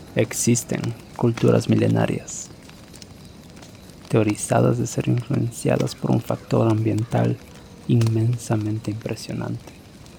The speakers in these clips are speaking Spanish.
Existen culturas milenarias, teorizadas de ser influenciadas por un factor ambiental inmensamente impresionante.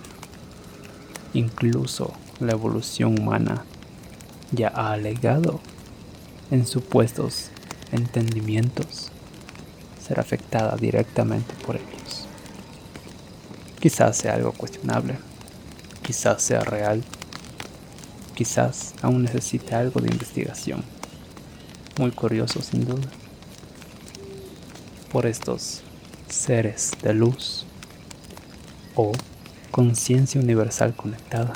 Incluso la evolución humana ya ha alegado en supuestos entendimientos ser afectada directamente por ellos. Quizás sea algo cuestionable, quizás sea real, quizás aún necesite algo de investigación. Muy curioso sin duda. Por estos seres de luz o conciencia universal conectada.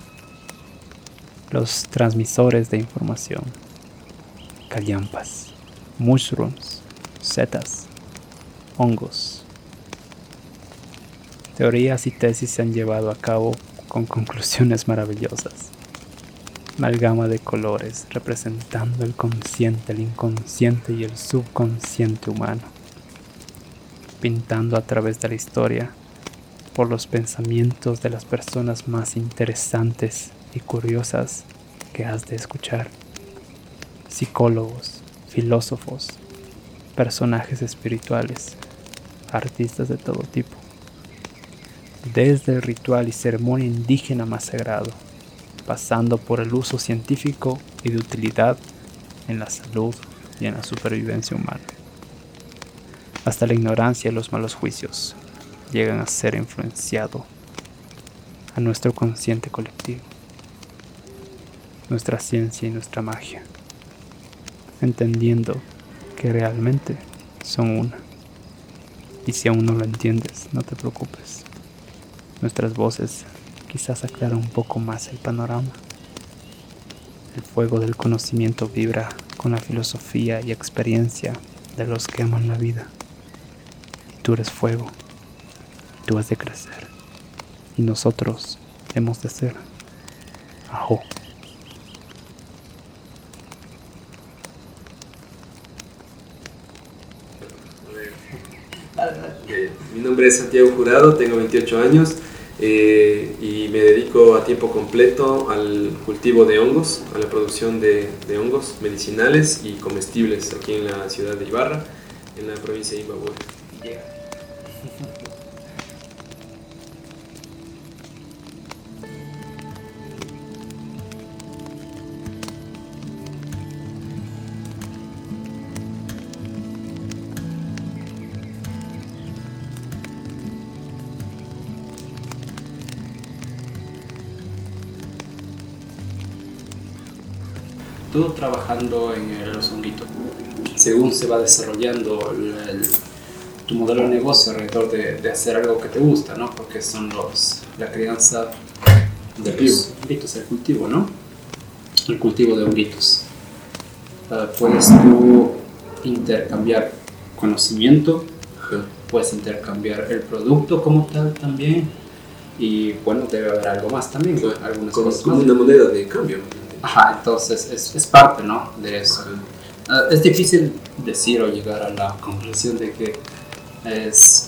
Los transmisores de información, callampas, mushrooms, setas, hongos. Teorías y tesis se han llevado a cabo con conclusiones maravillosas. Amalgama de colores representando el consciente, el inconsciente y el subconsciente humano, pintando a través de la historia por los pensamientos de las personas más interesantes y curiosas que has de escuchar. Psicólogos, filósofos, personajes espirituales, artistas de todo tipo. Desde el ritual y ceremonia indígena más sagrado, pasando por el uso científico y de utilidad en la salud y en la supervivencia humana. Hasta la ignorancia y los malos juicios llegan a ser influenciado a nuestro consciente colectivo, nuestra ciencia y nuestra magia, entendiendo que realmente son una. Y si aún no lo entiendes, no te preocupes. Nuestras voces quizás aclaran un poco más el panorama. El fuego del conocimiento vibra con la filosofía y experiencia de los que aman la vida. Y tú eres fuego, tú has de crecer, y nosotros hemos de ser. Ajo. Mi nombre es Santiago Jurado, tengo 28 años y me dedico a tiempo completo al cultivo de hongos, a la producción de hongos medicinales y comestibles aquí en la ciudad de Ibarra, en la provincia de Imbabura. Tú trabajando en los honguitos, según se va desarrollando tu modelo de negocio alrededor de hacer algo que te gusta, ¿no? Porque son la crianza de los honguitos, el cultivo, ¿no? El cultivo de honguitos. Puedes tú intercambiar conocimiento, puedes intercambiar el producto como tal también, y bueno, debe haber algo más también, claro, algunas cosas como una moneda de cambio. Ajá, entonces es parte, ¿no?, de eso. Es difícil decir o llegar a la conclusión de que es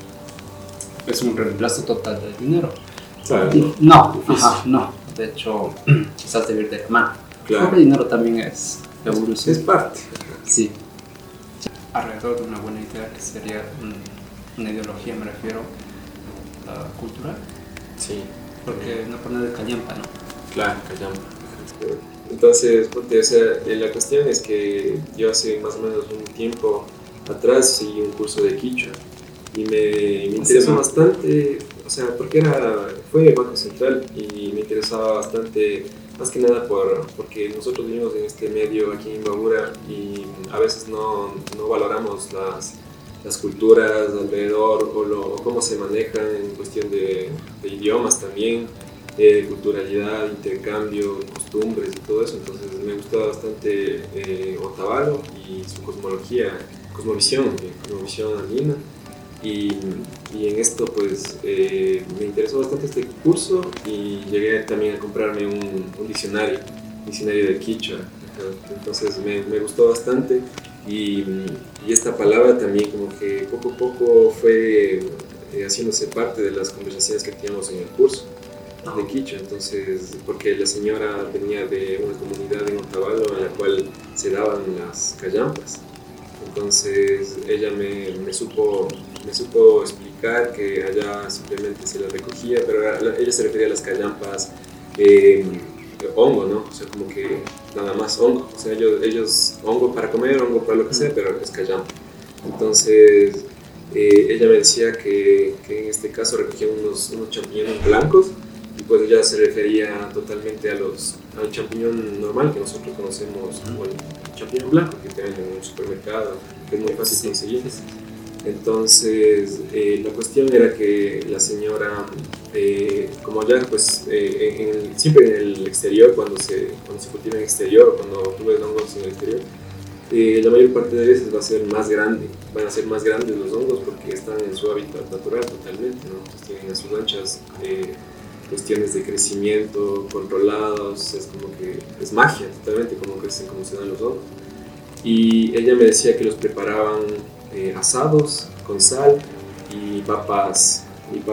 un reemplazo total del dinero. Claro. No, ajá, no. De hecho, quizás debe ir de la mano. Claro. Porque el dinero también es evolución. Es parte. Sí. Alrededor de una buena idea que sería una ideología, me refiero, cultural. Sí. Porque no por nada de callampa, ¿no? Claro, callampa. Entonces, o sea, la cuestión es que yo hace más o menos un tiempo atrás seguí un curso de quichua y me interesó bastante, o sea, porque fue Banco Central y me interesaba bastante, más que nada porque nosotros vivimos en este medio aquí en Imbabura y a veces no valoramos las culturas alrededor o cómo se manejan en cuestión de idiomas también. Culturalidad, intercambio, costumbres y todo eso. Entonces me gusta bastante Otavalo y su cosmovisión andina. Y en esto pues me interesó bastante este curso y llegué también a comprarme un diccionario de quichua. Entonces me gustó bastante y esta palabra también como que poco a poco fue haciéndose parte de las conversaciones que teníamos en el curso de quichua. Entonces, porque la señora venía de una comunidad en Otavalo las callampas. Entonces ella me supo explicar que allá simplemente se las recogía, pero ella se refería a las callampas hongo, ¿no? O sea, como que nada más hongo. O sea, ellos hongo para comer, hongo para lo que sea, pero es callampa. Entonces ella me decía que en este caso recogían unos champiñones blancos, y pues ella se refería totalmente al champiñón normal que nosotros conocemos como el champiñón blanco que te venden en un supermercado, que es muy fácil conseguir. Entonces la cuestión era que la señora, como allá pues siempre en el exterior, cuando se cultiva en el exterior, cuando tú ves hongos en el exterior, la mayor parte de veces van a ser más grandes los hongos porque están en su hábitat natural totalmente, ¿no? Entonces tienen a sus anchas cuestiones de crecimiento controlados, es como que es magia totalmente como crecen, como se dan los hongos. Y ella me decía que los preparaban asados con sal y papas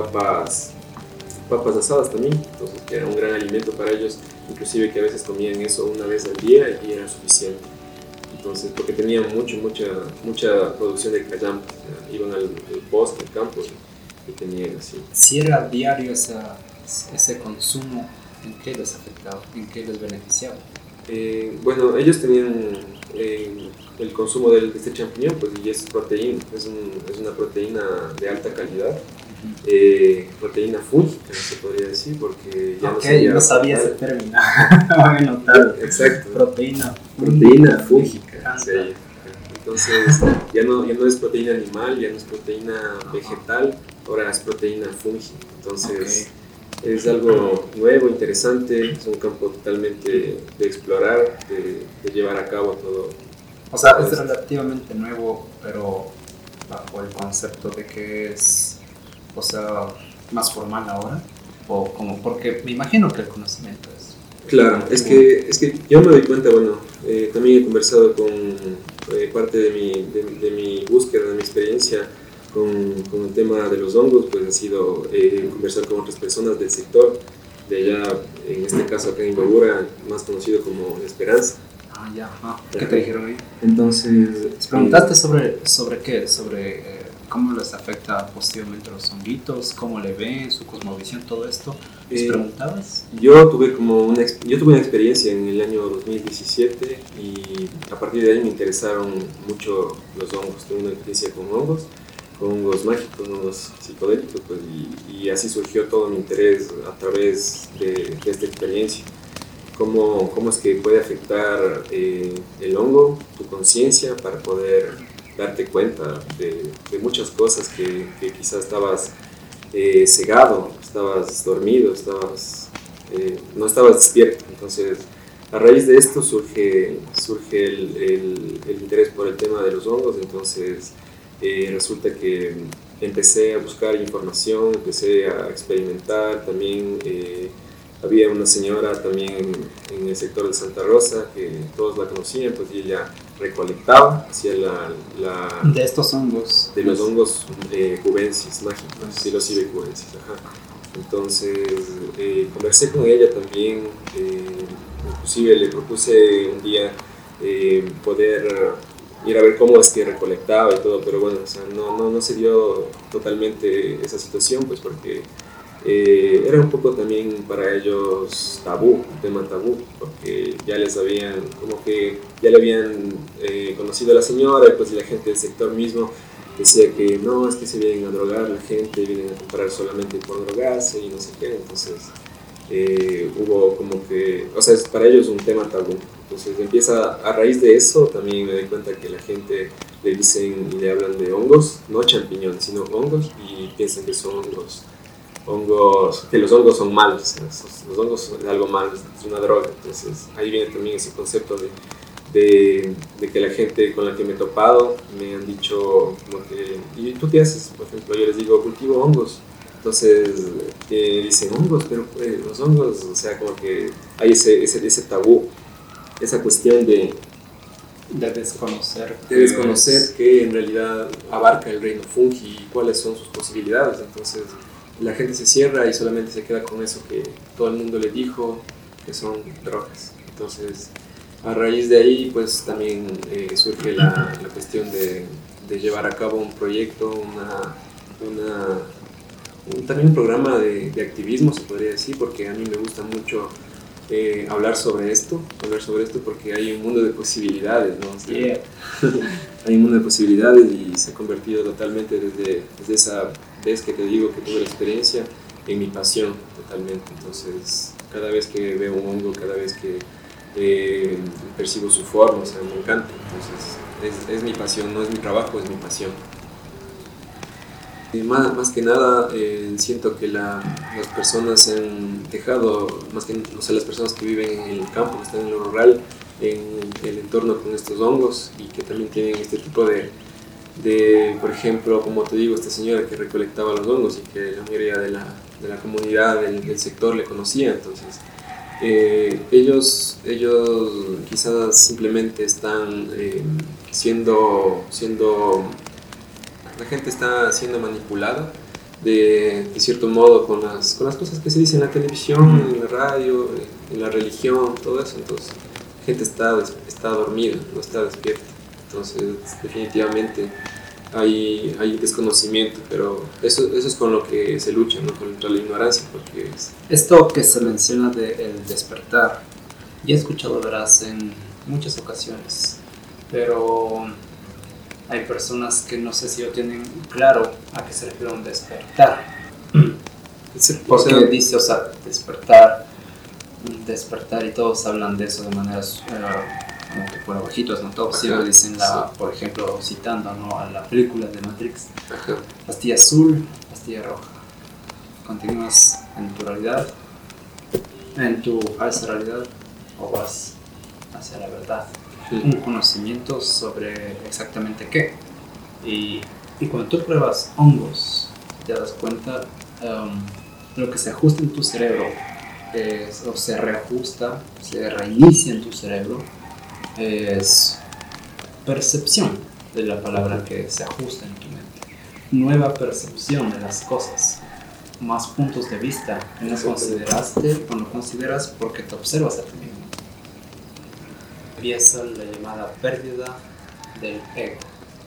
asadas también, entonces que era un gran alimento para ellos, inclusive que a veces comían eso una vez al día y era suficiente. Entonces, porque tenían mucha producción de callampas, iban al bosque, al campo y tenían así. Si era diario ese consumo, ¿en qué les afectaba? ¿En qué les beneficiaba? Bueno, ellos tenían el consumo de este champiñón, pues, y es proteína, es una proteína de alta calidad, proteína fúngica, se podría decir, porque ya no sabía ese término. Bueno, exacto. Proteína fúngica. Entonces, ya no es proteína animal, ya no es proteína vegetal, ahora es proteína fúngica. Entonces, es algo nuevo, interesante, es un campo totalmente de explorar, de llevar a cabo todo. O sea, es relativamente nuevo, pero bajo el concepto de que es, o sea, más formal ahora, o como, porque me imagino que el conocimiento es... Claro, es que yo me doy cuenta, bueno, también he conversado con parte de mi búsqueda, de mi experiencia con el tema de los hongos, pues ha sido conversar con otras personas del sector, de allá, en este caso acá en Imbabura, más conocido como La Esperanza. Ah, ya. ¿Qué te dijeron ahí? Entonces... ¿Preguntaste sobre qué? Sobre cómo les afecta positivamente los honguitos, cómo le ven, su cosmovisión, todo esto. ¿Les preguntabas? Yo tuve una experiencia en el año 2017 y a partir de ahí me interesaron mucho los hongos. Tuve una experiencia con hongos mágicos, hongos psicodélicos, pues, y así surgió todo mi interés a través de esta experiencia. Cómo es que puede afectar el hongo, tu conciencia, para poder darte cuenta de muchas cosas que quizás estabas cegado, estabas dormido, no estabas despierto. Entonces, a raíz de esto surge el interés por el tema de los hongos. Entonces, resulta que empecé a buscar información, empecé a experimentar también. Había una señora también en el sector de Santa Rosa que todos la conocían, pues, y ella recolectaba, hacía de estos hongos. De los hongos cubensis mágicos, psilocibe cubensis, ajá. Entonces conversé con ella también, inclusive le propuse un día poder ir a ver cómo es que recolectaba y todo, pero bueno, o sea, no se dio totalmente esa situación, pues porque era un poco también para ellos tabú, un tema tabú, porque ya le habían conocido a la señora, y pues la gente del sector mismo decía que no, es que se vienen a drogar la gente, vienen a comprar solamente por drogarse y no sé qué. Entonces hubo como que, o sea, es para ellos un tema tabú. Entonces a raíz de eso también me doy cuenta que la gente le dicen y le hablan de hongos, no champiñones, sino hongos, y piensan que son que los hongos son malos, los hongos son algo malo, es una droga. Entonces ahí viene también ese concepto de que la gente con la que me he topado me han dicho como que, ¿y tú qué haces? Por ejemplo, yo les digo, cultivo hongos. Entonces dicen hongos, pero los hongos, o sea, como que hay ese tabú, esa cuestión de desconocer que en realidad abarca el reino fungi y cuáles son sus posibilidades. Entonces la gente se cierra y solamente se queda con eso que todo el mundo le dijo, que son drogas. Entonces A raíz de ahí, pues también surge la cuestión de llevar a cabo un proyecto, también un programa de activismo, se podría decir, porque a mí me gusta mucho hablar sobre esto porque hay un mundo de posibilidades, ¿no? O sea, hay un mundo de posibilidades y se ha convertido totalmente desde esa vez que te digo que tuve la experiencia en mi pasión totalmente. Entonces, cada vez que veo un hongo, cada vez que percibo su forma, o sea, me encanta. Entonces, es mi pasión, no es mi trabajo, es mi pasión. Y más que nada, siento que las personas se han dejado, o sea, las personas que viven en el campo, que están en lo rural, en el entorno con estos hongos y que también tienen este tipo de por ejemplo, como te digo, esta señora que recolectaba los hongos y que la mayoría de la comunidad del sector le conocía. Entonces, ellos quizás simplemente están la gente está siendo manipulada de cierto modo con las cosas que se dicen en la televisión, en la radio, en la religión, todo eso. Entonces, la gente está dormida, no está despierta. Entonces, definitivamente hay desconocimiento, pero eso es con lo que se lucha, ¿no? Contra la ignorancia, porque esto que se menciona del despertar, ya he escuchado, verás, en muchas ocasiones, pero hay personas que no sé si lo tienen claro a qué se refiere un despertar. Porque dice, o sea, despertar y todos hablan de eso de maneras como que por bajitos, ¿no? Todos siempre dicen, por ejemplo, citando, ¿no?, a la película de Matrix. Ajá. Pastilla azul, pastilla roja. Continúas en tu realidad, en tu falsa realidad, o vas hacia la verdad. Un conocimiento sobre exactamente qué. Y cuando tú pruebas hongos, te das cuenta lo que se ajusta en tu cerebro o se reajusta, se reinicia en tu cerebro, es percepción de la palabra que se ajusta en tu mente. Nueva percepción de las cosas, más puntos de vista que no consideraste o no consideras porque te observas a ti mismo. Empieza la llamada pérdida del ego.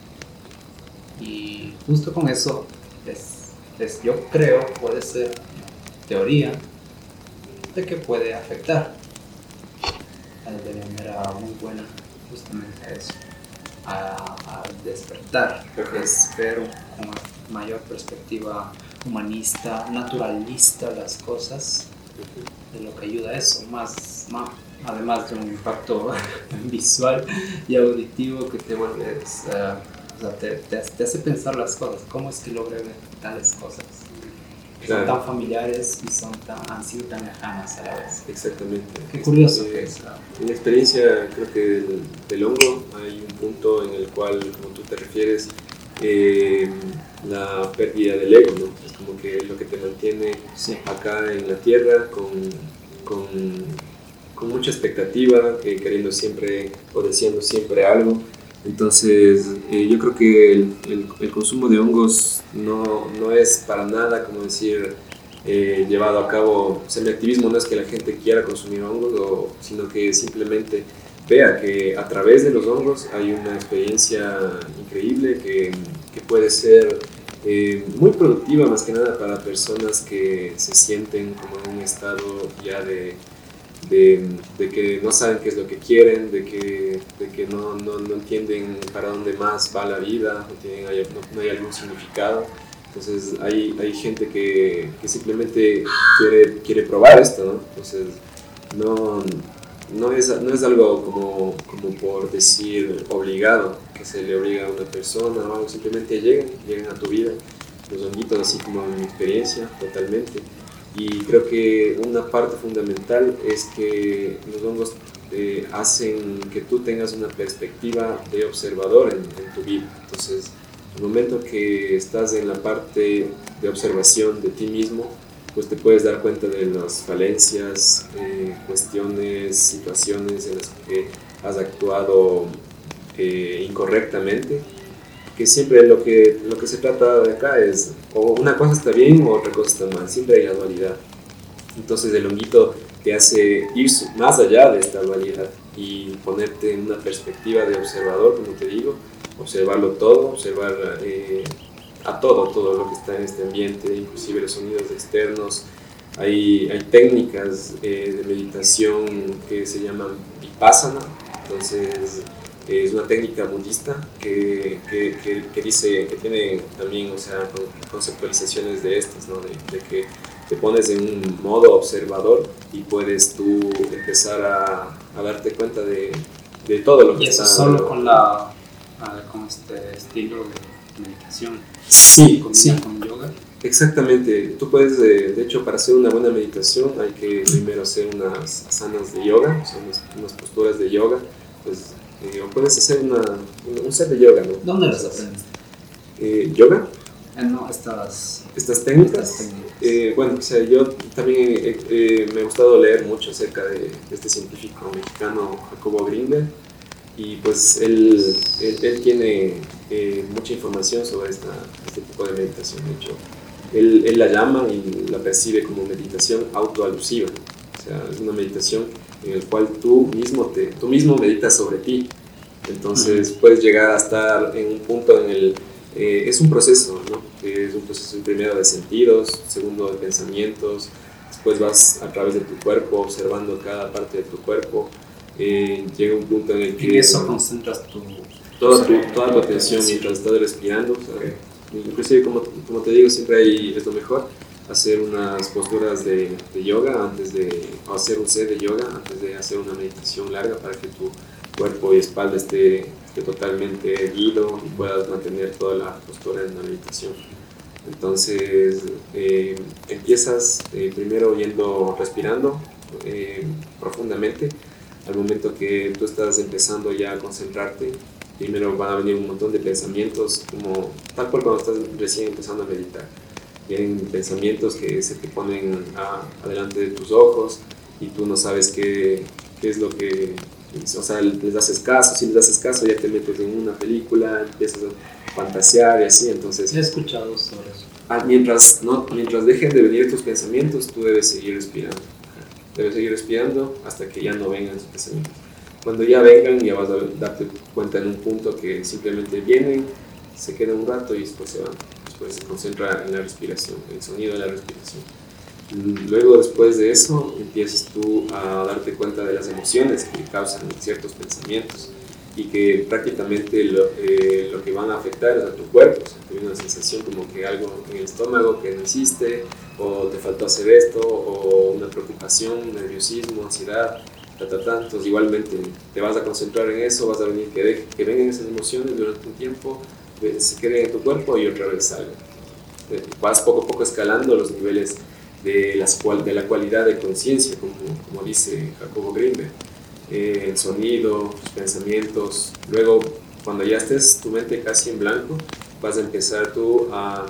Y justo con eso, yo creo, puede ser teoría de que puede afectar de manera muy buena justamente a eso, a despertar, es ver con mayor perspectiva humanista, naturalista las cosas, de lo que ayuda a eso, además de un impacto visual y auditivo que te vuelves, te hace pensar las cosas, cómo es que logré ver tales cosas. Claro. Son tan familiares y han sido tan lejanas a la vez. Exactamente. Qué curioso que es. En la experiencia, creo que del hongo hay un punto en el cual, como tú te refieres, la pérdida del ego, ¿no? Es como que lo que te mantiene acá en la tierra con mucha expectativa, queriendo siempre o deseando siempre algo. Entonces, yo creo que el consumo de hongos no es para nada, como decir, llevado a cabo. O sea, el activismo no es que la gente quiera consumir hongos, sino que simplemente vea que a través de los hongos hay una experiencia increíble que puede ser muy productiva, más que nada para personas que se sienten como en un estado ya de que no saben qué es lo que quieren, de que no entienden para dónde más va la vida, no hay algún significado. Entonces hay gente que simplemente quiere probar esto, ¿no? Entonces no es algo como por decir obligado, que se le obliga a una persona o algo, simplemente llegan a tu vida los honguitos, así como en mi experiencia, totalmente. Y creo que una parte fundamental es que los hongos hacen que tú tengas una perspectiva de observador en tu vida. Entonces, el momento que estás en la parte de observación de ti mismo, pues te puedes dar cuenta de las falencias, cuestiones, situaciones en las que has actuado incorrectamente. Que siempre lo que se trata de acá es o una cosa está bien o otra cosa está mal, siempre hay la dualidad. Entonces el honguito te hace ir más allá de esta dualidad y ponerte en una perspectiva de observador, como te digo, observarlo todo, observar a todo lo que está en este ambiente, inclusive los sonidos externos. Hay técnicas de meditación que se llaman vipassana, entonces es una técnica budista que dice que tiene también, o sea, conceptualizaciones de estas, ¿no? de que te pones en un modo observador y puedes tú empezar a darte cuenta de todo lo que está. Y eso solo con este estilo de meditación. Sí, sí. Con yoga. Exactamente. Tú puedes, de hecho, para hacer una buena meditación hay que primero hacer unas asanas de yoga, o sea, unas posturas de yoga. Pues, o puedes hacer un set de yoga, ¿no? ¿Dónde las aprendiste? ¿Yoga? No, estas técnicas. Bueno, o sea, yo también me ha gustado leer mucho acerca de este científico mexicano Jacobo Grinberg, y pues él tiene mucha información sobre este tipo de meditación. De hecho, él la llama y la percibe como meditación autoalusiva, ¿no? O sea, es una meditación en la cual tú mismo meditas sobre ti. Entonces puedes llegar a estar en un punto en el... es un proceso, ¿no? Es un proceso primero de sentidos, segundo de pensamientos, después vas a través de tu cuerpo observando cada parte de tu cuerpo. Llega un punto en el que... En eso concentras toda tu atención mientras estás respirando. O sea, inclusive, como te digo, siempre es lo mejor hacer unas posturas de yoga o hacer un set de yoga antes de hacer una meditación larga, para que tu cuerpo y espalda esté totalmente erguido y puedas mantener toda la postura en la meditación. Entonces empiezas primero respirando profundamente. Al momento que tú estás empezando ya a concentrarte, primero van a venir un montón de pensamientos, como tal cual cuando estás recién empezando a meditar. Vienen pensamientos que se te ponen adelante de tus ojos y tú no sabes qué es lo que... O sea, les haces caso. Si les haces caso, ya te metes en una película, empiezas a fantasear y así. Entonces, he escuchado sobre eso. Mientras dejen de venir tus pensamientos, tú debes seguir respirando. Debes seguir respirando hasta que ya no vengan tus pensamientos. Cuando ya vengan, ya vas a darte cuenta en un punto que simplemente vienen, se quedan un rato y después se van. Después se concentra en la respiración, el sonido de la respiración. Luego, después de eso, empiezas tú a darte cuenta de las emociones que causan ciertos pensamientos y que prácticamente lo que van a afectar es a tu cuerpo. O sea, te viene una sensación como que algo en el estómago que no hiciste, o te faltó hacer esto, o una preocupación, nerviosismo, ansiedad, Entonces, igualmente te vas a concentrar en eso, vas a venir que vengan esas emociones durante un tiempo, se queden en tu cuerpo y otra vez salgan. Vas poco a poco escalando los niveles de la cualidad de conciencia, como dice Jacobo Grinberg. El sonido, los pensamientos. Luego, cuando ya estés tu mente casi en blanco, vas a empezar tú a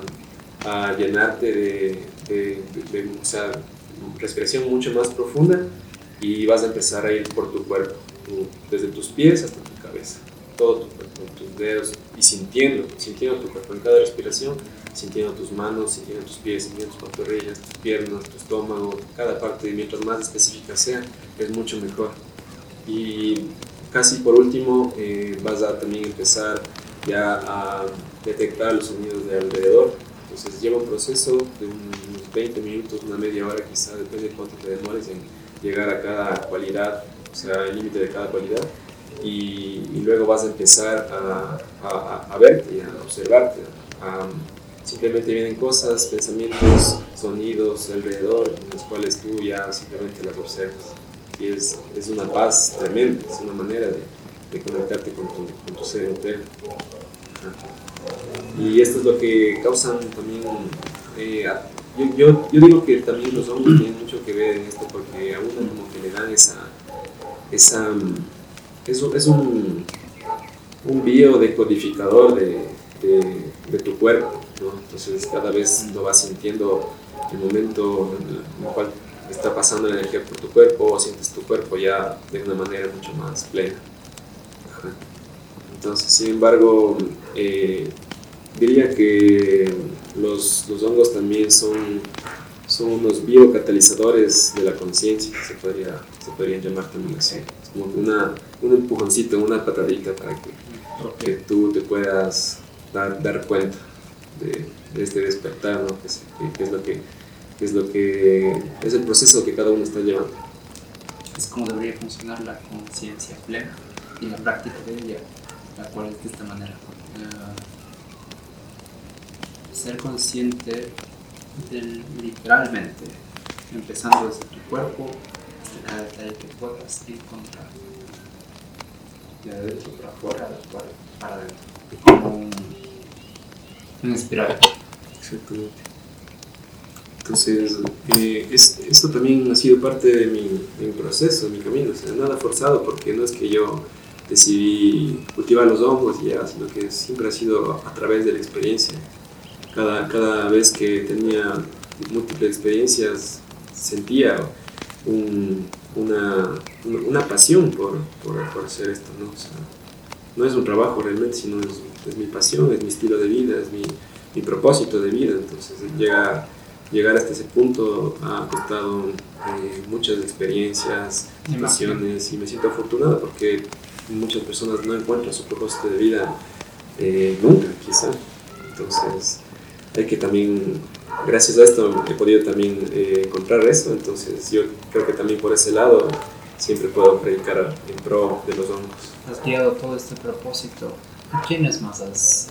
llenarte o sea, respiración mucho más profunda, y vas a empezar a ir por tu cuerpo, desde tus pies hasta tu cabeza, todo tu cuerpo, tus dedos, y sintiendo tu cuerpo en cada respiración, sintiendo tus manos, sintiendo tus pies, sintiendo tus pantorrillas, tus piernas, tu estómago, cada parte. Y mientras más específica sea, es mucho mejor. Y casi por último, vas a también empezar ya a detectar los sonidos de alrededor. Entonces lleva un proceso de unos 20 minutos, una media hora quizá, depende de cuánto te demores en llegar a cada cualidad, o sea, el límite de cada cualidad. Y luego vas a empezar a verte y a observarte. Simplemente vienen cosas, pensamientos, sonidos alrededor, en los cuales tú ya simplemente las observas. Y es una paz tremenda, es una manera de conectarte con tu ser entero. Y esto es lo que causan también... yo digo que también los hongos tienen mucho que ver en esto, porque a uno como que le dan es un biodecodificador de tu cuerpo, ¿no? Entonces cada vez lo vas sintiendo el momento en el cual está pasando la energía por tu cuerpo, o sientes tu cuerpo ya de una manera mucho más plena. Ajá. Entonces, sin embargo, diría que los hongos también son son unos biocatalizadores de la conciencia, se podrían llamar también así. Es como un empujoncito, una patadita para que tú te puedas dar cuenta de este despertar, ¿no? que es el proceso que cada uno está llevando. Es como debería funcionar la conciencia plena y la práctica de ella, la cual es de esta manera. Ser consciente literalmente, empezando desde tu cuerpo hasta cada detalle que puedas encontrar. De adentro para afuera, de afuera para adentro. Como un espiral. Exactamente. Entonces, esto también ha sido parte de mi proceso, de mi camino. O sea, nada forzado, porque no es que yo decidí cultivar los hongos y ya, sino que siempre ha sido a través de la experiencia. Cada vez que tenía múltiples experiencias, sentía una pasión por hacer esto, ¿no? O sea, no es un trabajo realmente, sino es mi pasión, es mi estilo de vida, es mi propósito de vida. Entonces, llegar hasta ese punto ha costado muchas experiencias, pasiones, y me siento afortunado porque muchas personas no encuentran su propósito de vida nunca, quizá. Entonces, hay que también, gracias a esto, he podido también encontrar eso. Entonces, yo creo que también por ese lado siempre puedo predicar en pro de los hongos. Has guiado todo este propósito. ¿A quiénes más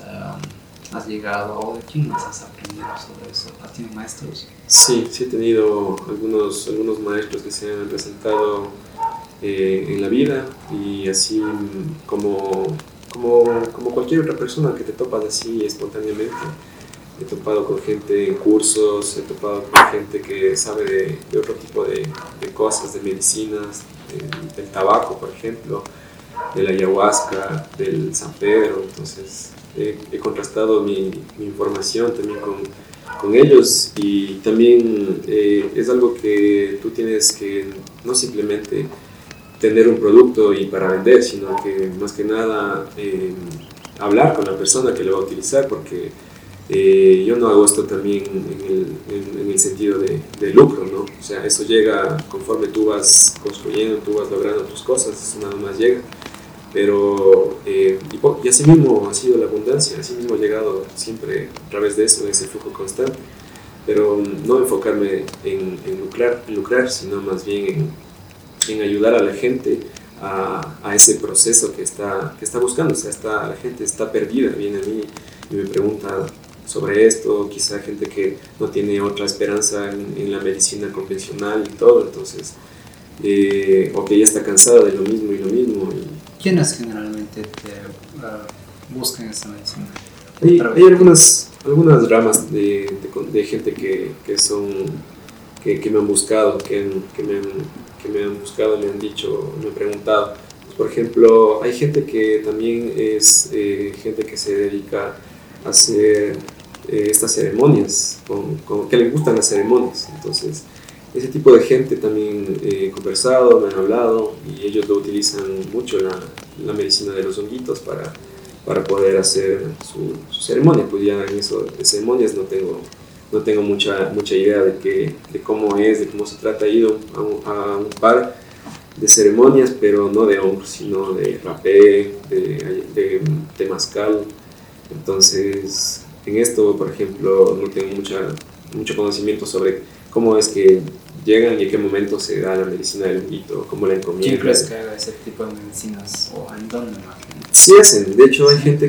has llegado o de quién más has aprendido sobre eso? ¿Has tenido maestros? Sí, he tenido algunos maestros que se han presentado en la vida, y así como cualquier otra persona que te topas así espontáneamente. He topado con gente en cursos, he topado con gente que sabe de otro tipo de cosas, de medicinas, del tabaco, por ejemplo, de la ayahuasca, del San Pedro. Entonces he contrastado mi información también con ellos, y también es algo que tú tienes que no simplemente tener un producto y para vender, sino que más que nada hablar con la persona que lo va a utilizar, porque yo no hago esto también en el sentido de lucro, ¿no? O sea, eso llega conforme tú vas construyendo, tú vas logrando tus cosas, eso nada más llega. Pero, y así mismo ha sido la abundancia, así mismo he llegado siempre a través de eso, de ese flujo constante. Pero no enfocarme en lucrar, sino más bien en ayudar a la gente a ese proceso que está buscando. O sea, la gente está perdida, viene a mí y me pregunta sobre esto, quizá gente que no tiene otra esperanza en la medicina convencional y todo, entonces, o que ya está cansada de lo mismo. ¿Quiénes generalmente buscan esa medicina? Hay algunas ramas de gente que me han buscado, que me han buscado, me han dicho, me han preguntado. Pues, por ejemplo, hay gente que también es gente que se dedica a hacer estas ceremonias, que les gustan las ceremonias. Entonces, ese tipo de gente también he conversado, me han hablado, y ellos lo utilizan mucho, la medicina de los honguitos, para poder hacer su ceremonia. Pues ya en eso de ceremonias no tengo mucha idea de cómo es, de cómo se trata. He ido a un par de ceremonias, pero no de hongos, sino de rapé, de temazcal. Entonces, en esto, por ejemplo, no tengo mucho conocimiento sobre cómo es que llegan y en qué momento se da la medicina del honguito, cómo la encomiendan. ¿Quién crees que haga ese tipo de medicinas o en dónde más? Sí hacen, de hecho hay gente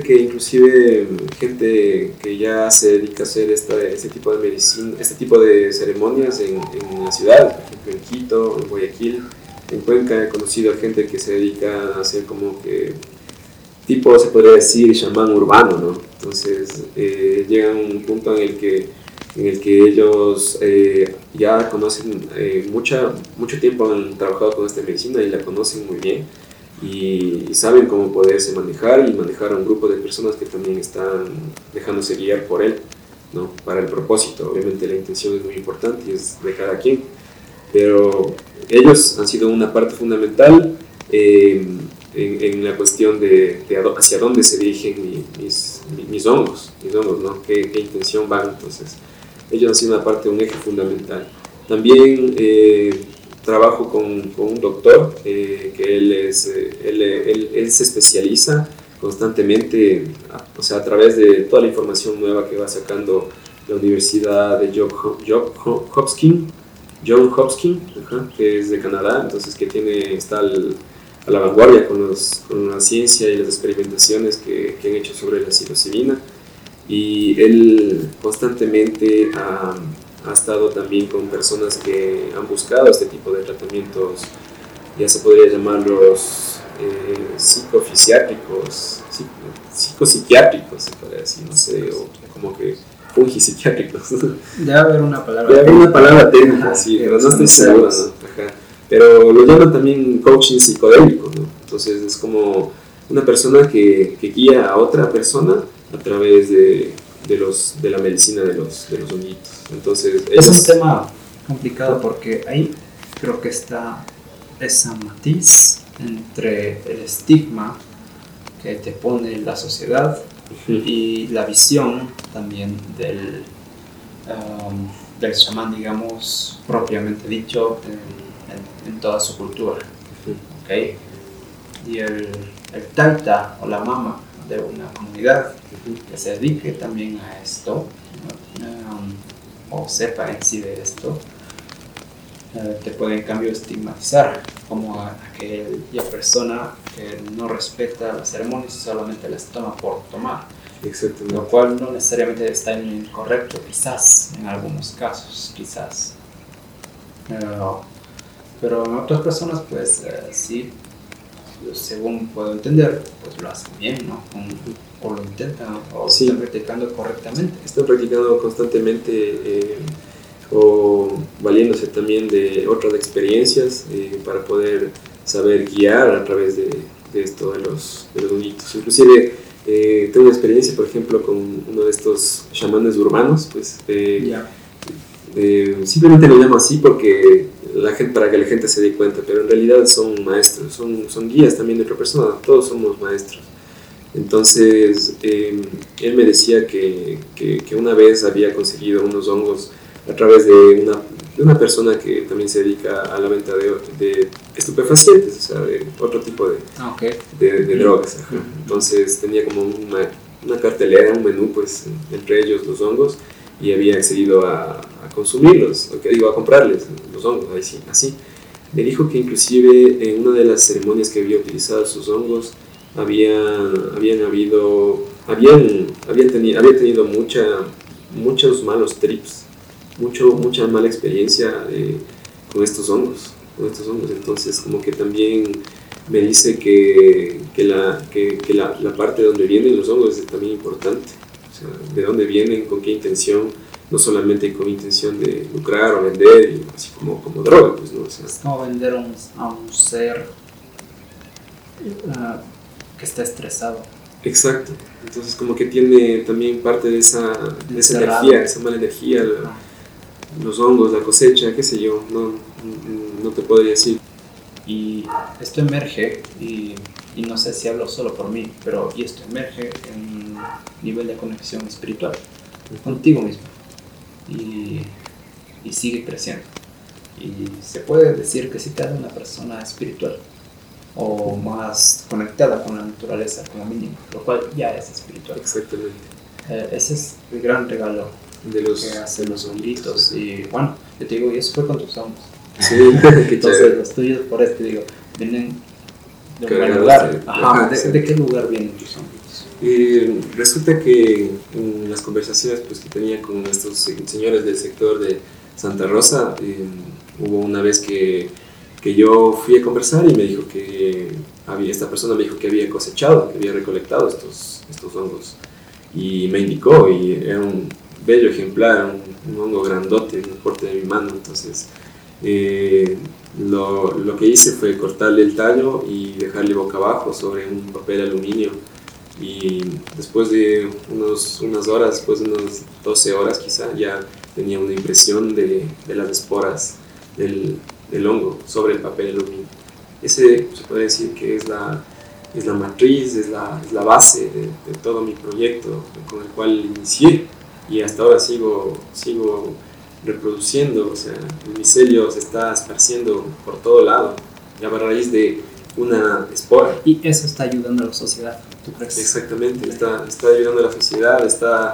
que ya se dedica a hacer este tipo de medicina, este tipo de ceremonias en la ciudad, por ejemplo en Quito, en Guayaquil, en Cuenca. He conocido a gente que se dedica a hacer como que tipo, se podría decir, chamán urbano, ¿no? Entonces llegan a un punto en el que ellos ya conocen, mucho tiempo han trabajado con esta medicina y la conocen muy bien, y saben cómo poderse manejar y manejar a un grupo de personas que también están dejándose guiar por él, ¿no? Para el propósito. Obviamente la intención es muy importante y es de cada quien, pero ellos han sido una parte fundamental en la cuestión de hacia dónde se dirigen mis hongos, ¿no? ¿Qué intención van? Entonces, ellos han sido una parte, un eje fundamental. También trabajo con un doctor que él se especializa constantemente, o sea, a través de toda la información nueva que va sacando la Universidad de John Hopkins, que es de Canadá, entonces que está a la vanguardia con la ciencia y las experimentaciones que han hecho sobre la psilocibina. Y él constantemente ha estado también con personas que han buscado este tipo de tratamientos, ya se podría llamarlos psicopsiquiátricos, se podría decir, no sé, o como que fungipsiquiátricos. Debe haber una palabra. Debe haber una palabra técnica, sí, pero no estoy seguro, ¿no? Ajá. Pero lo llaman también coaching psicodélico, ¿no? Entonces es como una persona que guía a otra persona a través de la medicina de los honguitos. Entonces, es un tema complicado porque ahí creo que está esa matiz entre el estigma que te pone la sociedad y la visión también del chamán, digamos, propiamente dicho, en toda su cultura. ¿Okay? Y el taita o la mama de una comunidad que se dedique también a esto, o sepa en sí de esto, te puede en cambio estigmatizar como aquella persona que no respeta las ceremonias y solamente las toma por tomar. Exactamente. Lo cual no necesariamente está en lo incorrecto, quizás, en algunos casos, quizás. Pero en otras personas, pues sí, según puedo entender, pues lo hacen bien, ¿no? O lo intentan, o sí, están practicando correctamente. Están practicando constantemente o valiéndose también de otras experiencias para poder saber guiar a través de esto de los honguitos. Inclusive tengo una experiencia, por ejemplo, con uno de estos chamanes urbanos, pues simplemente lo llamo así porque para que la gente se dé cuenta, pero en realidad son maestros, son guías también de otra persona, todos somos maestros. Entonces él me decía que una vez había conseguido unos hongos a través de una persona que también se dedica a la venta de estupefacientes, o sea, de otro tipo de drogas. Entonces tenía como una cartelera, un menú, pues entre ellos los hongos, y había accedido a consumirlos, a comprarles los hongos, así. Me dijo que inclusive en una de las ceremonias que había utilizado sus hongos había tenido muchos malos trips, mucha mala experiencia con estos hongos. Entonces como que también me dice que la parte de donde vienen los hongos es también importante, o sea, de dónde vienen, con qué intención, no solamente con intención de lucrar o vender, así como droga, pues, ¿no? O sea, es como vender a un ser que está estresado. Exacto. Entonces como que tiene también parte de esa energía, esa mala energía, los hongos, la cosecha, qué sé yo, no te podría decir. Y esto emerge, y no sé si hablo solo por mí, pero esto emerge en un nivel de conexión espiritual contigo mismo. Y sigue creciendo. Y se puede decir que si te hace una persona espiritual o más conectada con la naturaleza como mínimo, lo cual ya es espiritual. Exactamente. Ese es el gran regalo que hacen los honguitos. Y bueno, yo te digo, y eso fue con tus hongos. Sí, entonces los tuyos, por esto digo, vienen de un buen lugar. ¿De qué lugar vienen tus honguitos? Resulta que en las conversaciones pues, que tenía con estos señores del sector de Santa Rosa, hubo una vez que yo fui a conversar y me dijo esta persona me dijo que había cosechado, que había recolectado estos hongos, y me indicó, y era un bello ejemplar, un hongo grandote, un corte de mi mano. Entonces lo que hice fue cortarle el tallo y dejarle boca abajo sobre un papel aluminio, y después de unas horas, después de unas 12 horas quizá, ya tenía una impresión de las esporas del hongo sobre el papel aluminio. Ese se podría decir que es la matriz, es la base de todo mi proyecto con el cual inicié, y hasta ahora sigo reproduciendo, o sea, el micelio se está esparciendo por todo lado, ya a raíz de una espora. Y eso está ayudando a la sociedad, ¿tú crees? Exactamente, está ayudando a la sociedad,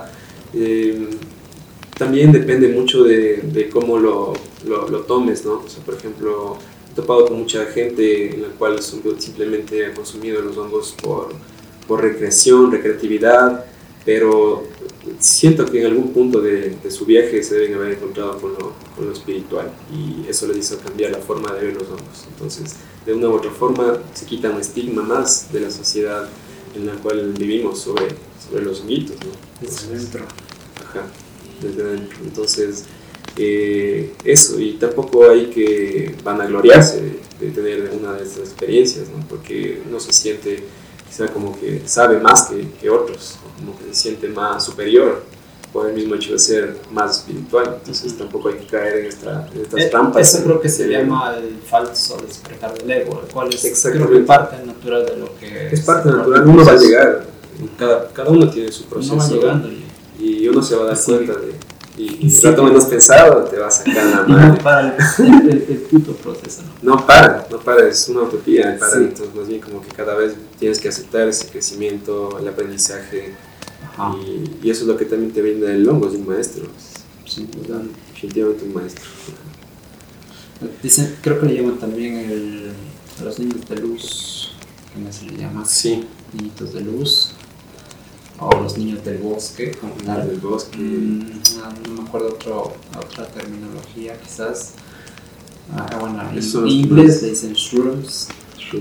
también depende mucho de cómo lo tomes, ¿no? O sea, por ejemplo, he topado con mucha gente en la cual simplemente ha consumido los hongos por recreatividad, pero siento que en algún punto de su viaje se deben haber encontrado con lo espiritual, y eso les hizo cambiar la forma de ver los hongos. Entonces, de una u otra forma, se quita un estigma más de la sociedad en la cual vivimos sobre los honguitos, ¿no? Desde dentro. Ajá, desde dentro. Entonces, eso, y tampoco hay que vanagloriarse de tener una de estas experiencias, ¿no? Porque uno se siente quizá como que sabe más que otros, o como que se siente más superior por el mismo hecho de ser más espiritual. Entonces tampoco hay que caer en estas trampas. Eso creo que se llama el falso despertar del ego, el cual es creo que parte natural de lo que es parte natural. Uno va a llegar, cada uno tiene su proceso, uno va llegando y uno se va a dar cuenta de. Y sí, rato menos pensado te va a sacar la madre. No para el puto proceso, ¿no? No para, es una utopía. Sí. Entonces, más bien como que cada vez tienes que aceptar ese crecimiento, el aprendizaje. Y eso es lo que también te brinda el hongo, es un maestro. Sí, definitivamente un maestro. Dicen, creo que le llaman también a los niños de luz, ¿cómo se le llama? Sí. Niñitos de luz. O los niños del bosque, como tal. Del bosque. No me acuerdo otra terminología, quizás. Bueno, en inglés le dicen shrooms.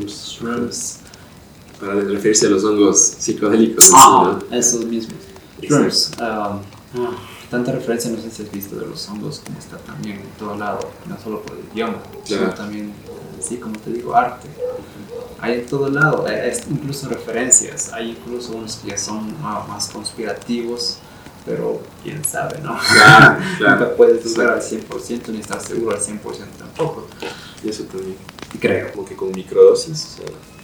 Para referirse a los hongos psicodélicos. ¿No? Esos mismos. Shrooms. Tanta referencia, no sé si has visto, de los hongos, como está también en todo lado, no solo por el idioma, sino también, sí, como te digo, arte. Hay en todo lado, incluso referencias, hay incluso unos que ya son más conspirativos, pero quién sabe, ¿no? Claro. Nunca puedes dudar al 100% ni estar seguro al 100% tampoco. Y eso también. Creo. Como que con microdosis,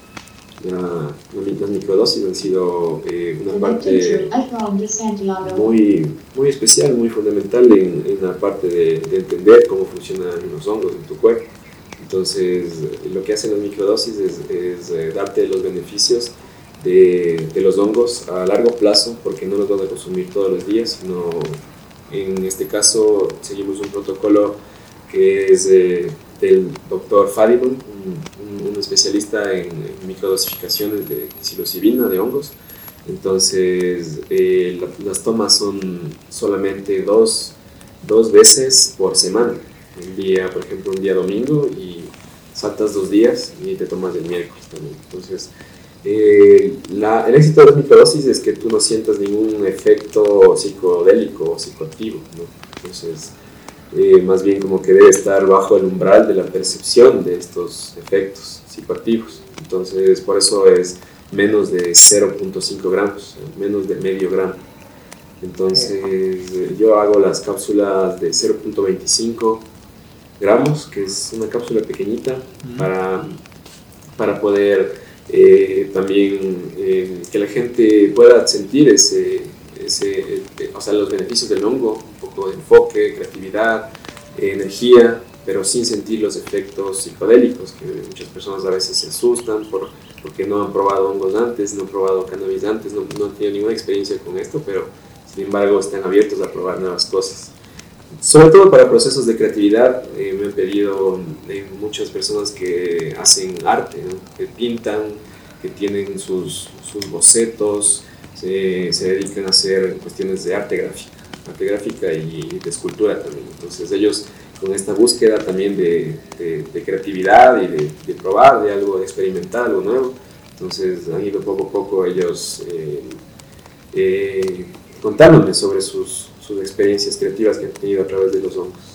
las microdosis han sido una parte muy, muy especial, muy fundamental en la parte de entender cómo funcionan los hongos en tu cuerpo. Entonces, lo que hacen las microdosis es darte los beneficios de los hongos a largo plazo, porque no los vas a consumir todos los días, sino en este caso seguimos un protocolo que es del Dr. Fadiman, un especialista en microdosificaciones de psilocibina, de hongos. Entonces, las tomas son solamente dos veces por semana. Por ejemplo, un día domingo, y saltas 2 días y te tomas el miércoles también. Entonces, el éxito de las microdosis es que tú no sientas ningún efecto psicodélico o psicoactivo, ¿no? Entonces, más bien como que debe estar bajo el umbral de la percepción de estos efectos psicoactivos. Entonces, por eso es menos de 0.5 gramos, menos de medio gramo. Entonces, yo hago las cápsulas de 0.25 gramos, que es una cápsula pequeñita, para poder también que la gente pueda sentir o sea, los beneficios del hongo, un poco de enfoque, creatividad, energía, pero sin sentir los efectos psicodélicos, que muchas personas a veces se asustan porque no han probado hongos antes, no han probado cannabis antes, no han tenido ninguna experiencia con esto, pero sin embargo están abiertos a probar nuevas cosas. Sobre todo para procesos de creatividad, me han pedido muchas personas que hacen arte, ¿no? Que pintan, que tienen sus bocetos, se dedican a hacer cuestiones de arte gráfica y de escultura también. Entonces ellos, con esta búsqueda también de creatividad y de probar, de algo, de experimentar algo nuevo, entonces han ido poco a poco ellos contándome sobre sus experiencias creativas que han tenido a través de los hongos.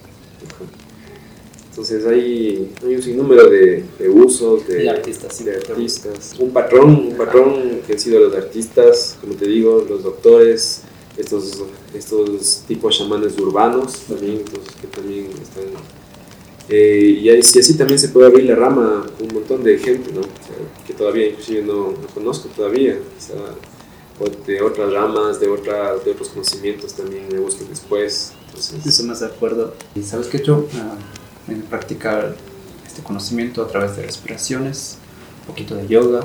Entonces hay un sinnúmero de usos de artistas. Un patrón que han sido los artistas, como te digo, los doctores, estos tipos chamanes urbanos también, entonces, que también están. Y así también se puede abrir la rama un montón de gente, ¿no? O sea, que todavía inclusive no conozco todavía. O sea, de otras ramas, de otros conocimientos también me busquen después. Entonces, eso más de acuerdo. Y sabes que yo en practicar este conocimiento a través de respiraciones, un poquito de yoga,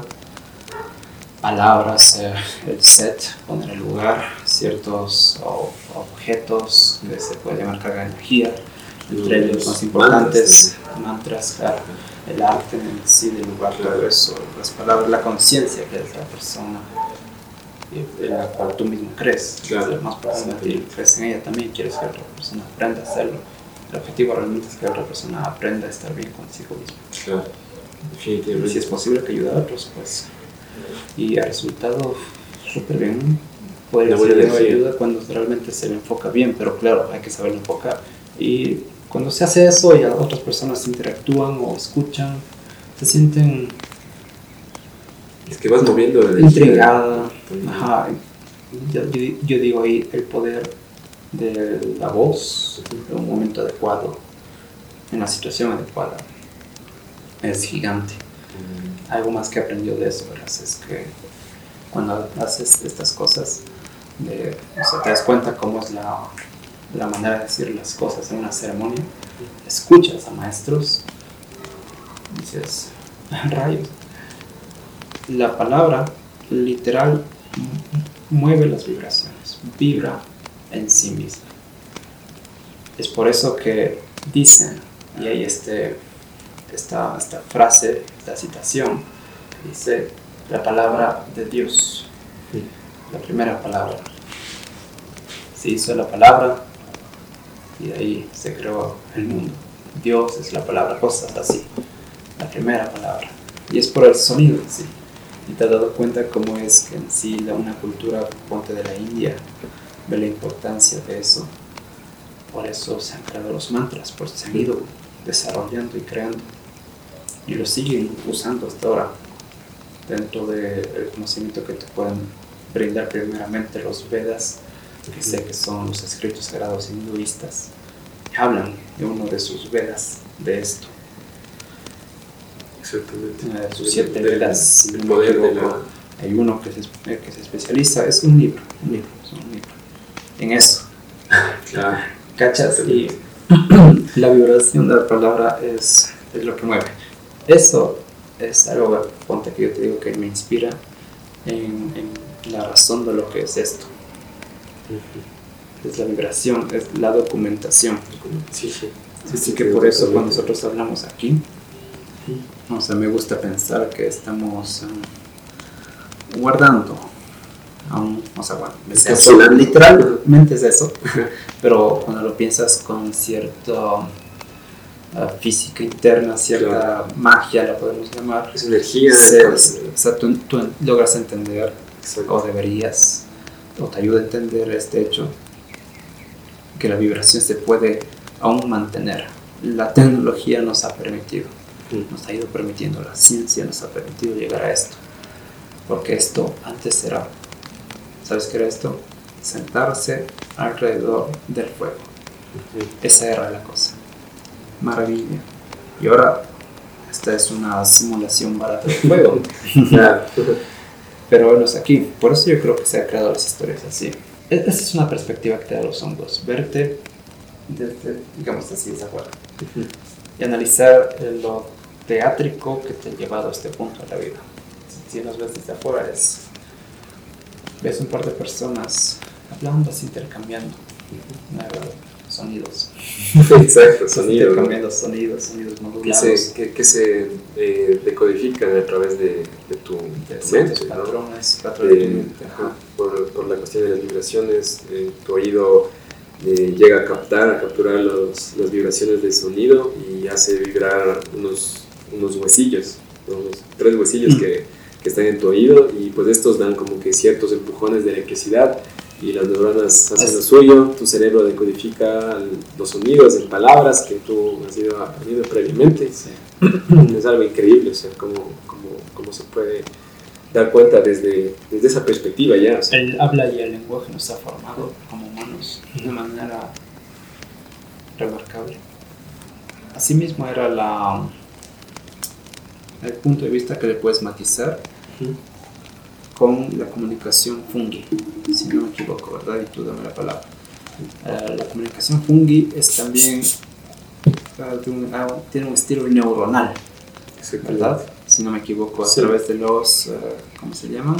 palabras, el set, poner el lugar, ciertos objetos que se puede llamar carga de energía, entre ellos más importantes, mantras, claro, el arte en sí del lugar, todo eso, las palabras, la conciencia que es la persona en la cual tú mismo crees, claro, es más profunda de ti, crees en ella también, quieres que la otra persona aprenda a hacerlo. El objetivo realmente es que la otra persona aprenda a estar bien consigo mismo. Claro, definitivamente. Y si es posible que ayude a otros, pues. Y el resultado, súper bien. Podría ser de ayuda cuando realmente se le enfoca bien, pero claro, hay que saberlo enfocar. Y cuando se hace eso y otras personas interactúan o escuchan, se sienten... Es que vas moviendo la intrigada. Ajá. Yo digo ahí el poder de la voz en un momento adecuado, en la situación adecuada, es gigante. Algo más que aprendió de eso, ¿verdad? Es que cuando haces estas cosas, o sea, te das cuenta cómo es la manera de decir las cosas en una ceremonia, escuchas a maestros, dices, rayos. La palabra literal mueve las vibraciones, vibra en sí misma. Es por eso que dicen, y hay esta frase, esta citación, dice la palabra de Dios, la primera palabra. Se hizo la palabra y de ahí se creó el mundo. Dios es la palabra, cosas así, la primera palabra. Y es por el sonido en sí. Y te has dado cuenta cómo es que en sí una cultura, ponte de la India, ve la importancia de eso. Por eso se han creado los mantras, porque se han ido desarrollando y creando. Y lo siguen usando hasta ahora dentro del conocimiento que te pueden brindar primeramente los Vedas, que sé que son los escritos sagrados hinduistas. Hablan de uno de sus Vedas de esto. Exactamente. Sus 7 Vedas, el poder de hay uno que se especializa, es un libro en eso. Claro. ¿Cachas? Y la vibración de la palabra es lo que mueve. Eso es algo, ponte que yo te digo que me inspira en la razón de lo que es esto. Es la vibración, es la documentación. Así que por eso cuando nosotros hablamos aquí, o sea, me gusta pensar que estamos guardando o sea, bueno, literalmente es eso, pero cuando lo piensas con cierta física interna, cierta magia, la podemos llamar, es energía, o sea, tú logras entender, o deberías, o te ayuda a entender este hecho, que la vibración se puede aún mantener. La tecnología nos ha permitido, nos ha ido permitiendo, la ciencia nos ha permitido llegar a esto, porque esto antes era, ¿sabes qué era esto? Sentarse alrededor del fuego. Esa era la cosa. Maravilla. Y ahora, esta es una simulación barata de fuego. Pero bueno, es aquí. Por eso yo creo que se han creado las historias así. Esa es una perspectiva que te da los hongos. Verte desde, digamos así, esa fuera. Y analizar lo teátrico que te ha llevado a este punto de la vida. Si nos ves desde afuera, ves un par de personas hablando, intercambiando sonidos. Exacto, sonidos. Intercambiando sonidos modulados. Que se decodifican a través de tu mente, patrones, ¿no? Por la cuestión de las vibraciones, tu oído llega a capturar las vibraciones del sonido y hace vibrar unos huesillos, unos 3 huesillos que están en tu oído, y pues estos dan como que ciertos empujones de electricidad y las neuronas hacen lo suyo, tu cerebro decodifica los sonidos en palabras que tú has ido aprendiendo previamente. Sí. Es algo increíble, o sea, cómo se puede dar cuenta desde esa perspectiva ya. O sea. El habla y el lenguaje nos ha formado como humanos de una manera remarcable. Asimismo era el punto de vista que le puedes matizar con la comunicación fungi, si no me equivoco, ¿verdad? Y tú dame la palabra. La comunicación fungi es también, tiene un estilo neuronal, ¿verdad? Si no me equivoco, a través de los, ¿cómo se llaman?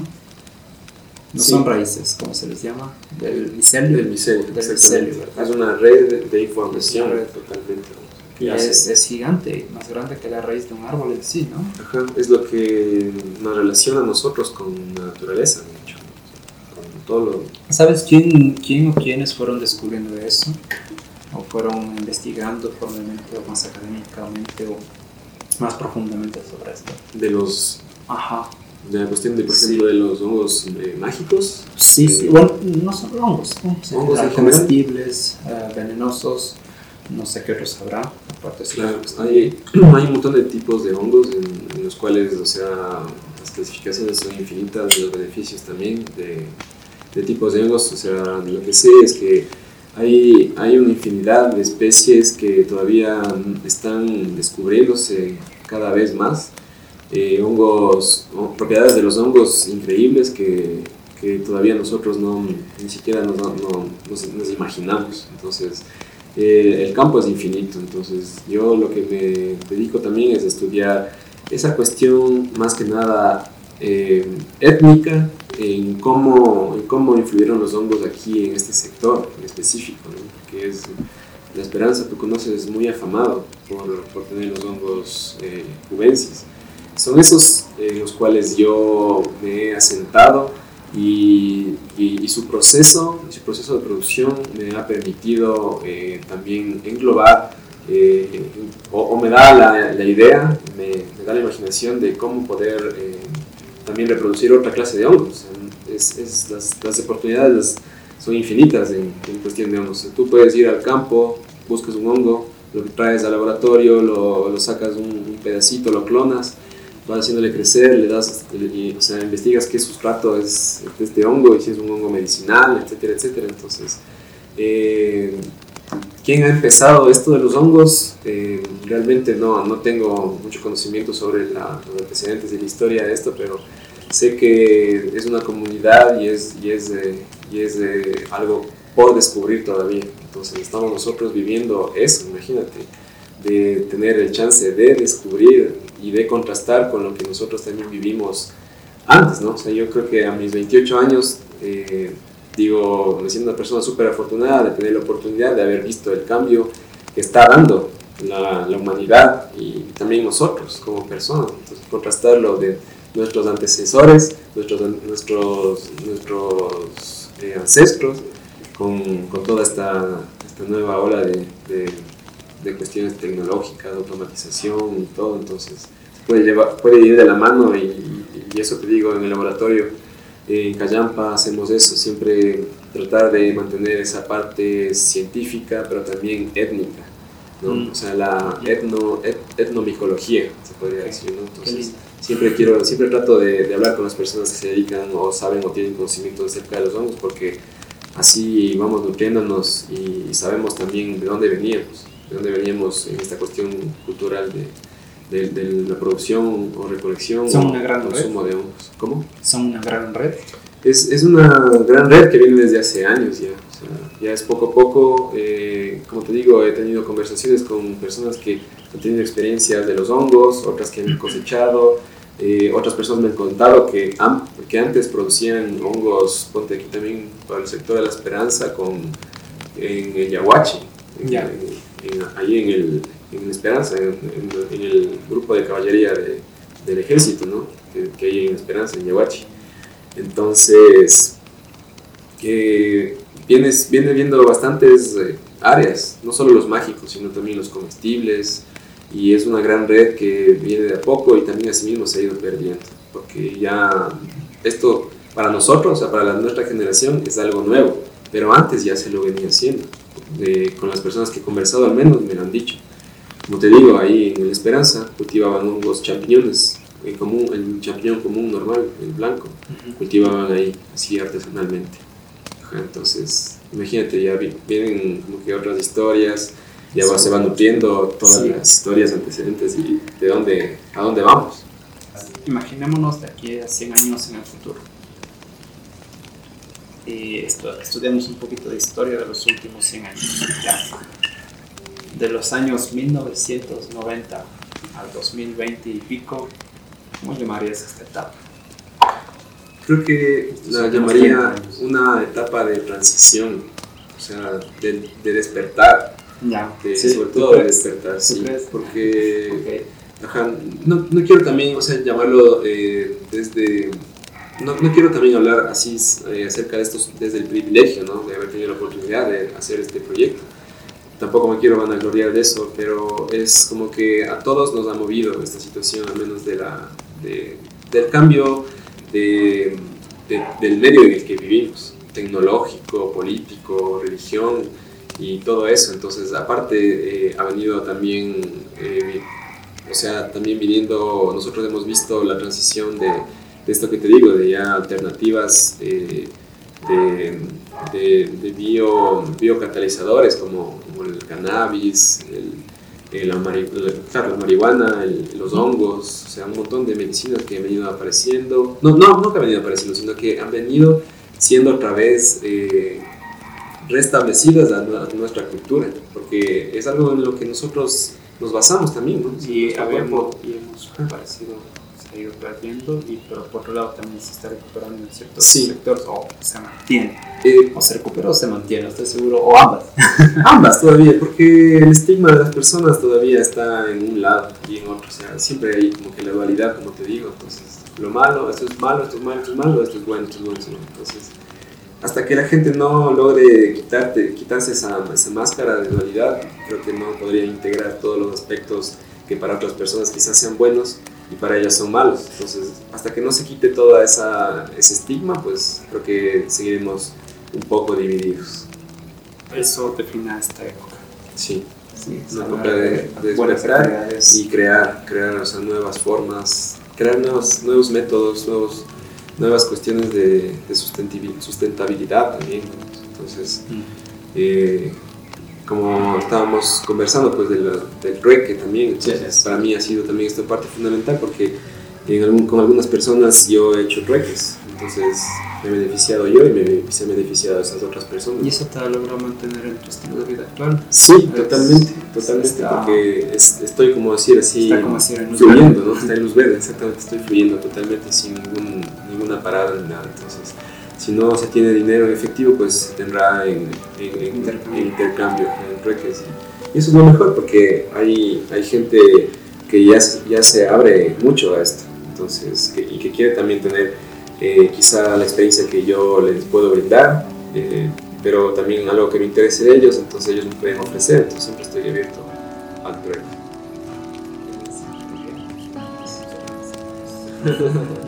No son raíces, ¿cómo se les llama? Del micelio. Del micelio, ¿verdad? Es una red de información totalmente. Y es gigante, más grande que la raíz de un árbol en sí, ¿no? Ajá, es lo que nos relaciona a nosotros con la naturaleza, de hecho, con todo lo... ¿Sabes quién o quiénes fueron descubriendo eso? ¿O fueron investigando formalmente o más académicamente o más profundamente sobre esto? De los... Ajá. De la cuestión de, por ejemplo, de los hongos mágicos. Sí. Bueno, no son hongos, ¿no? Hongos comestibles, venenosos, no sé qué otros habrá. Aparte claro, hay un montón de tipos de hongos en los cuales, o sea, las clasificaciones son infinitas, de los beneficios también de tipos de hongos. O sea, lo que sé es que hay una infinidad de especies que todavía están descubriéndose cada vez más. Hongos, propiedades de los hongos increíbles que todavía nosotros ni siquiera nos imaginamos. Entonces, el campo es infinito. Entonces, yo lo que me dedico también es estudiar esa cuestión más que nada étnica, en cómo influyeron los hongos aquí en este sector en específico, ¿no? Que es La Esperanza, tú conoces, es muy afamado por tener los hongos cubensis. Son esos en los cuales yo me he asentado y su proceso de producción me ha permitido también englobar o me da la idea, me da la imaginación de cómo poder también reproducir otra clase de hongos. Las oportunidades son infinitas en cuestión de hongos. Tú puedes ir al campo, buscas un hongo, lo traes al laboratorio, lo sacas un pedacito, lo clonas, vas haciéndole crecer, le das, o sea, investigas qué sustrato es este hongo y si es un hongo medicinal, etcétera, etcétera. Entonces, ¿quién ha empezado esto de los hongos? Realmente no tengo mucho conocimiento sobre los antecedentes de la historia de esto, pero sé que es una comunidad y es algo por descubrir todavía. Entonces, estamos nosotros viviendo eso, imagínate, de tener el chance de descubrir y de contrastar con lo que nosotros también vivimos antes, ¿no? O sea, yo creo que a mis 28 años, me siento una persona súper afortunada de tener la oportunidad de haber visto el cambio que está dando la humanidad y también nosotros como personas. Entonces, contrastarlo de nuestros antecesores, nuestros ancestros, con toda esta nueva ola de cuestiones tecnológicas, de automatización y todo. Entonces puede ir de la mano y eso te digo, en el laboratorio en Callampa hacemos eso, siempre tratar de mantener esa parte científica pero también étnica, ¿no? O sea, la etnomicología se podría decir, ¿no? Entonces siempre trato de hablar con las personas que se dedican o saben o tienen conocimiento acerca de los hongos, porque así vamos nutriéndonos y sabemos también de dónde veníamos en esta cuestión cultural de la producción o recolección o consumo de hongos. ¿Cómo? ¿Son una gran red? Es una gran red que viene desde hace años ya. O sea, ya es poco a poco. Como te digo, he tenido conversaciones con personas que han tenido experiencias de los hongos, otras que han cosechado. Otras personas me han contado que antes producían hongos, ponte aquí también para el sector de La Esperanza, en el Yaguachi, ahí en La Esperanza, en el grupo de caballería del ejército, ¿no? que hay en La Esperanza, en Yaguachi. Entonces, viene viendo bastantes áreas, no solo los mágicos, sino también los comestibles, y es una gran red que viene de a poco y también así mismo se ha ido perdiendo, porque ya esto para nosotros, o sea, para nuestra generación es algo nuevo, pero antes ya se lo venía haciendo, con las personas que he conversado al menos me lo han dicho. Como te digo, ahí en La Esperanza cultivaban hongos champiñones, el champiñón común normal, el blanco, cultivaban ahí así artesanalmente. Entonces, imagínate, ya vienen como que otras historias, ya se van nutriendo todas las historias antecedentes y a dónde vamos. Imaginémonos de aquí a 100 años en el futuro. y estudiamos un poquito de historia de los últimos 100 años. Ya. De los años 1990 al 2020 y pico, ¿cómo llamarías esta etapa? Creo que la llamaría una etapa de transición, o sea, de despertar, Ya, sobre todo de despertar, sí, porque ajá, no quiero también, o sea, llamarlo no quiero también hablar así acerca de estos desde el privilegio, ¿no? De haber tenido la oportunidad de hacer este proyecto. Tampoco me quiero vanagloriar de eso, pero es como que a todos nos ha movido esta situación, al menos del cambio del medio en el que vivimos, tecnológico, político, religión y todo eso. Entonces, aparte, ha venido también, o sea, también viniendo, nosotros hemos visto la transición de esto que te digo, de ya alternativas de biocatalizadores como el cannabis, la marihuana, los hongos, o sea, un montón de medicinas que han venido apareciendo, no que han venido apareciendo, sino que han venido siendo otra vez restablecidas a nuestra cultura, porque es algo en lo que nosotros nos basamos también, ¿no? Y hemos parecido, se ha ido perdiendo, pero por otro lado también se está recuperando en ciertos sectores, o se mantiene, o se recupera o se mantiene, estoy seguro, o ambas. Ambas todavía, porque el estigma de las personas todavía está en un lado y en otro, o sea, siempre hay como que la dualidad, como te digo, entonces, lo malo, esto es malo, esto es malo, esto es malo, esto es bueno, esto es bueno, ¿no? Entonces, hasta que la gente no logre quitarse esa máscara de dualidad, creo que no podría integrar todos los aspectos que para otras personas quizás sean buenos y para ellas son malos. Entonces, hasta que no se quite toda ese estigma, pues creo que seguiremos un poco divididos. Eso define esta época. Sí, una época de despertar y crear o sea, nuevas formas, crear nuevos métodos, nuevas cuestiones de sustentabilidad también. Entonces, como estábamos conversando pues del trueque también, entonces, para mí ha sido también esta parte fundamental, porque con algunas personas yo he hecho trueques, entonces me he beneficiado yo y se han beneficiado esas otras personas. ¿Y eso te ha logrado mantener en tu estilo de vida actual? Sí, totalmente, porque estoy como decir así, fluyendo, ¿no? Está en luz verde, exactamente, estoy fluyendo totalmente sin ninguna parada ni nada. Entonces, si no se tiene dinero en efectivo, pues tendrá en intercambio, en trueques. Y eso es lo mejor, porque hay gente que ya se abre mucho a esto, entonces, y que quiere también tener quizá la experiencia que yo les puedo brindar, pero también algo que me interese de ellos, entonces ellos me pueden ofrecer, entonces siempre estoy abierto al trueque.